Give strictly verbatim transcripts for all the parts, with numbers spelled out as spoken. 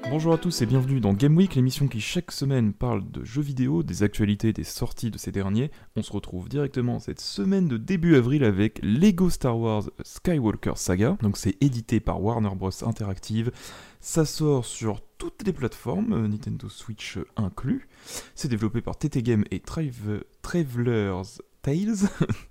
Bonjour à tous et bienvenue dans Game Week, l'émission qui chaque semaine parle de jeux vidéo, des actualités, des sorties de ces derniers. On se retrouve directement cette semaine de début avril avec Lego Star Wars Skywalker Saga. Donc c'est édité par Warner Bros Interactive. Ça sort sur toutes les plateformes, Nintendo Switch inclus. C'est développé par T T Game et Trav- Traveler's Tales.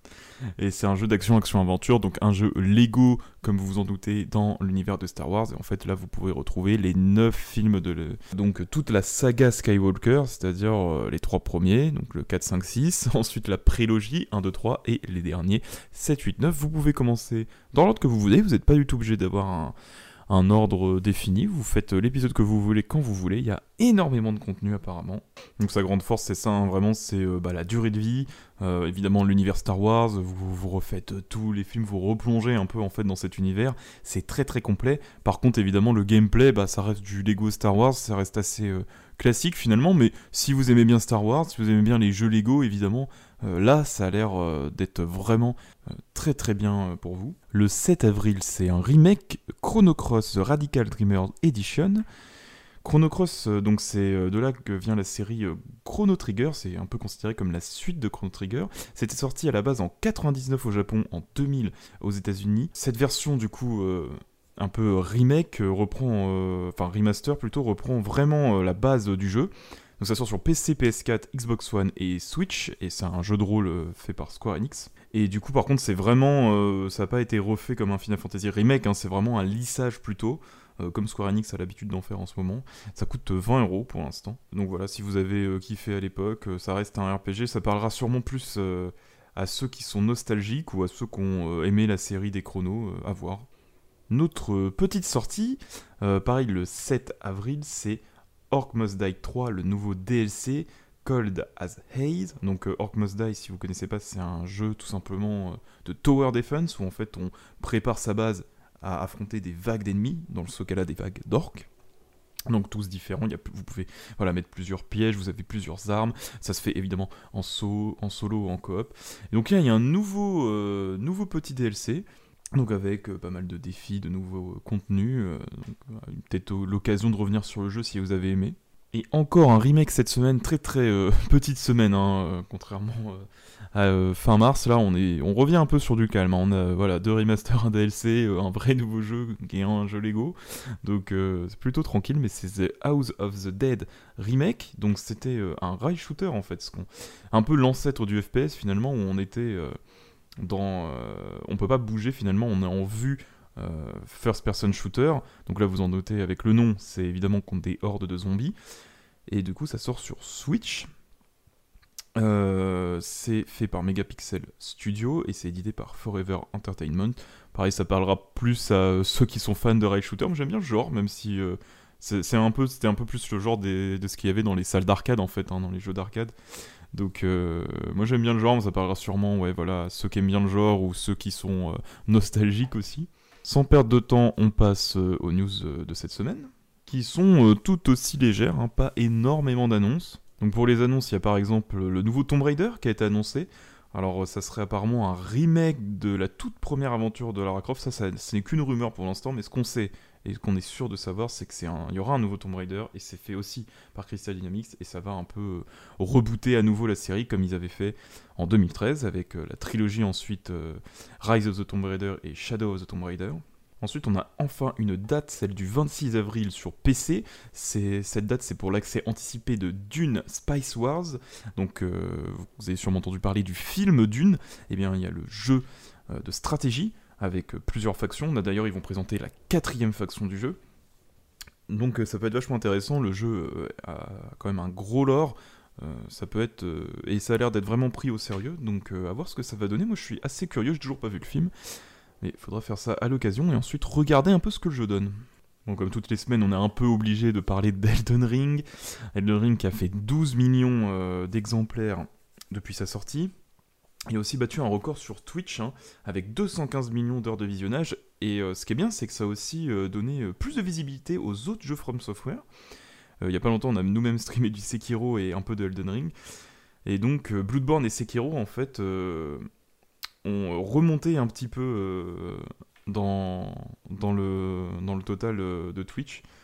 Et c'est un jeu d'action-action-aventure, donc un jeu Lego, comme vous vous en doutez, dans l'univers de Star Wars. Et en fait, là, vous pourrez retrouver les neuf films de... Le... Donc, toute la saga Skywalker, c'est-à-dire euh, les trois premiers, donc le quatre, cinq, six. Ensuite, la prélogie, un, deux, trois, et les derniers, sept, huit, neuf. Vous pouvez commencer dans l'ordre que vous voulez. Vous n'êtes pas du tout obligé d'avoir un... un ordre défini, vous faites l'épisode que vous voulez quand vous voulez, il y a énormément de contenu apparemment. Donc sa grande force c'est ça, hein, vraiment c'est euh, bah, la durée de vie, euh, évidemment l'univers Star Wars, vous, vous refaites euh, tous les films, vous replongez un peu en fait dans cet univers, c'est très très complet. Par contre évidemment le gameplay, bah, ça reste du Lego Star Wars, ça reste assez euh, classique finalement, mais si vous aimez bien Star Wars, si vous aimez bien les jeux Lego évidemment, euh, là ça a l'air euh, d'être vraiment euh, très très bien euh, pour vous. Le sept avril c'est un remake Chrono Cross The Radical Dreamers Edition. Chrono Cross, euh, donc c'est euh, de là que vient la série euh, Chrono Trigger, c'est un peu considéré comme la suite de Chrono Trigger. C'était sorti à la base en quatre-vingt-dix-neuf au Japon, en deux mille aux États-Unis. Cette version du coup euh, un peu remake euh, reprend, euh, enfin remaster plutôt, reprend vraiment euh, la base euh, du jeu. Donc ça sort sur P C, P S quatre, Xbox One et Switch, et c'est un jeu de rôle euh, fait par Square Enix. Et du coup par contre c'est vraiment, euh, ça n'a pas été refait comme un Final Fantasy remake, hein, c'est vraiment un lissage plutôt. Euh, comme Square Enix a l'habitude d'en faire en ce moment. Ça coûte euh, vingt euros pour l'instant. Donc voilà, si vous avez euh, kiffé à l'époque, euh, ça reste un R P G. Ça parlera sûrement plus euh, à ceux qui sont nostalgiques ou à ceux qui ont euh, aimé la série des Chronos, euh, à voir. Notre euh, petite sortie, euh, pareil le sept avril, c'est Orc Must Die trois, le nouveau D L C, Cold as Haze. Donc euh, Orc Must Die, si vous connaissez pas, c'est un jeu tout simplement euh, de Tower Defense, où en fait on prépare sa base à affronter des vagues d'ennemis, dans ce cas-là des vagues d'orques. Donc tous différents, il y a, vous pouvez voilà, mettre plusieurs pièges, vous avez plusieurs armes, ça se fait évidemment en, so, en solo ou en coop. Et donc là il y a un nouveau, euh, nouveau petit D L C, donc avec euh, pas mal de défis, de nouveaux euh, contenus, euh, donc, euh, peut-être l'occasion de revenir sur le jeu si vous avez aimé. Et encore un remake cette semaine, très très euh, petite semaine, hein, euh, contrairement euh, à euh, fin mars. Là, on, est, on revient un peu sur du calme. Hein. On a voilà, deux remasters, un D L C, euh, un vrai nouveau jeu qui est un jeu Lego. Donc euh, c'est plutôt tranquille, mais c'est The House of the Dead remake. Donc c'était euh, un rail shooter en fait, ce qu'on... un peu l'ancêtre du F P S finalement, où on était euh, dans... Euh, on peut pas bouger finalement, on est en vue. Euh, first person shooter, donc là vous en notez avec le nom, c'est évidemment contre des hordes de zombies, et du coup ça sort sur Switch. Euh, c'est fait par Megapixel Studio et c'est édité par Forever Entertainment. Pareil, ça parlera plus à ceux qui sont fans de rail shooter, mais j'aime bien le genre, même si euh, c'est, c'est un peu, c'était un peu plus le genre des, de ce qu'il y avait dans les salles d'arcade en fait, hein, dans les jeux d'arcade. Donc euh, moi j'aime bien le genre, mais ça parlera sûrement ouais, voilà, à ceux qui aiment bien le genre ou ceux qui sont euh, nostalgiques aussi. Sans perdre de temps, on passe euh, aux news euh, de cette semaine, qui sont euh, tout aussi légères, hein, pas énormément d'annonces. Donc pour les annonces, il y a par exemple le nouveau Tomb Raider qui a été annoncé. Alors euh, ça serait apparemment un remake de la toute première aventure de Lara Croft, ça, ça ce n'est qu'une rumeur pour l'instant, mais ce qu'on sait et ce qu'on est sûr de savoir, c'est qu'il y aura un nouveau Tomb Raider, et c'est fait aussi par Crystal Dynamics, et ça va un peu euh, rebooter à nouveau la série, comme ils avaient fait en deux mille treize, avec euh, la trilogie ensuite euh, Rise of the Tomb Raider et Shadow of the Tomb Raider. Ensuite, on a enfin une date, celle du vingt-six avril sur P C. C'est, cette date, c'est pour l'accès anticipé de Dune Spice Wars. Donc, euh, vous avez sûrement entendu parler du film Dune. Eh bien, il y a le jeu euh, de stratégie avec euh, plusieurs factions. Là, d'ailleurs, ils vont présenter la quatrième faction du jeu. Donc, euh, ça peut être vachement intéressant. Le jeu euh, a quand même un gros lore. Euh, ça peut être... Euh, et ça a l'air d'être vraiment pris au sérieux. Donc, euh, à voir ce que ça va donner. Moi, je suis assez curieux. J'ai toujours pas vu le film. Mais il faudra faire ça à l'occasion et ensuite regarder un peu ce que le jeu donne. Bon, comme toutes les semaines, on est un peu obligé de parler d'Elden Ring. Elden Ring qui a fait douze millions euh, d'exemplaires depuis sa sortie. Il a aussi battu un record sur Twitch, hein, avec deux cent quinze millions d'heures de visionnage. Et euh, ce qui est bien, c'est que ça a aussi euh, donné euh, plus de visibilité aux autres jeux From Software. Euh, il y a pas longtemps, on a nous-mêmes streamé du Sekiro et un peu de Elden Ring. Et donc, euh, Bloodborne et Sekiro, en fait... Euh, ont remonté un petit peu euh, dans, dans, le, dans le total euh, de Twitch.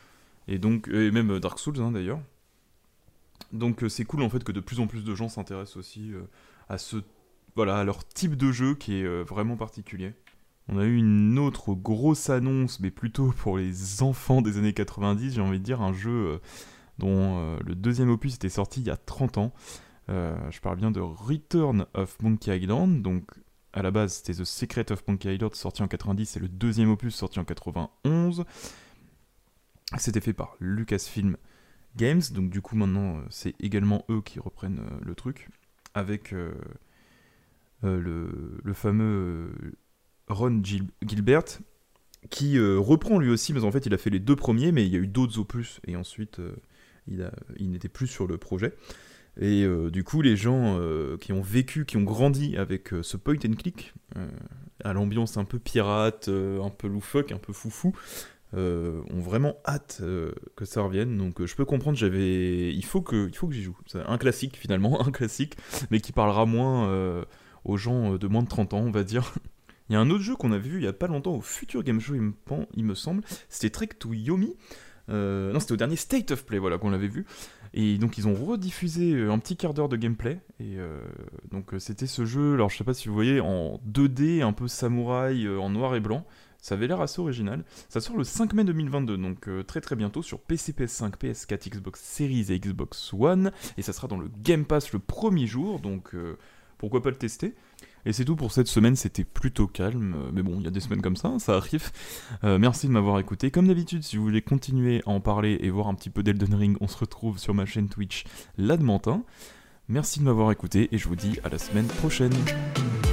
Et donc, et même Dark Souls hein, d'ailleurs. Donc c'est cool en fait que de plus en plus de gens s'intéressent aussi euh, à ce, voilà, à leur type de jeu qui est euh, vraiment particulier. On a eu une autre grosse annonce, mais plutôt pour les enfants des années quatre-vingt-dix, j'ai envie de dire, un jeu euh, dont euh, le deuxième opus était sorti il y a trente ans. Euh, je parle bien de Return of Monkey Island, donc à la base c'était The Secret of Monkey Island sorti en quatre-vingt-dix, c'est le deuxième opus sorti en quatre-vingt-onze. C'était fait par Lucasfilm Games, donc du coup maintenant euh, c'est également eux qui reprennent euh, le truc, avec euh, euh, le, le fameux euh, Ron Gil- Gilbert, qui euh, reprend lui aussi, mais en fait il a fait les deux premiers, mais il y a eu d'autres opus, et ensuite euh, il, a, il n'était plus sur le projet. Et euh, du coup les gens euh, qui ont vécu, qui ont grandi avec euh, ce point and click, euh, à l'ambiance un peu pirate, euh, un peu loufoque, un peu foufou, Euh, ont vraiment hâte euh, que ça revienne, donc euh, je peux comprendre, j'avais... Il faut que, il faut que j'y joue. C'est un classique finalement, un classique, mais qui parlera moins euh, aux gens de moins de trente ans, on va dire. Il y a un autre jeu qu'on avait vu il y a pas longtemps au Future Game Show, il me, pen- il me semble, c'était Trek to Yomi. Euh, non, c'était au dernier State of Play, voilà, qu'on l'avait vu. Et donc ils ont rediffusé euh, un petit quart d'heure de gameplay. Et euh, donc euh, c'était ce jeu, alors je sais pas si vous voyez, en deux D, un peu samouraï, euh, en noir et blanc. Ça avait l'air assez original. Ça sort le cinq mai deux mille vingt-deux, donc euh, très très bientôt sur P C, P S cinq, P S quatre, Xbox Series et Xbox One. Et ça sera dans le Game Pass le premier jour, donc euh, pourquoi pas le tester. Et c'est tout pour cette semaine, c'était plutôt calme, euh, mais bon, il y a des semaines comme ça, ça arrive. Euh, merci de m'avoir écouté. Comme d'habitude, si vous voulez continuer à en parler et voir un petit peu d'Elden Ring, on se retrouve sur ma chaîne Twitch, Ladmantin. Merci de m'avoir écouté et je vous dis à la semaine prochaine.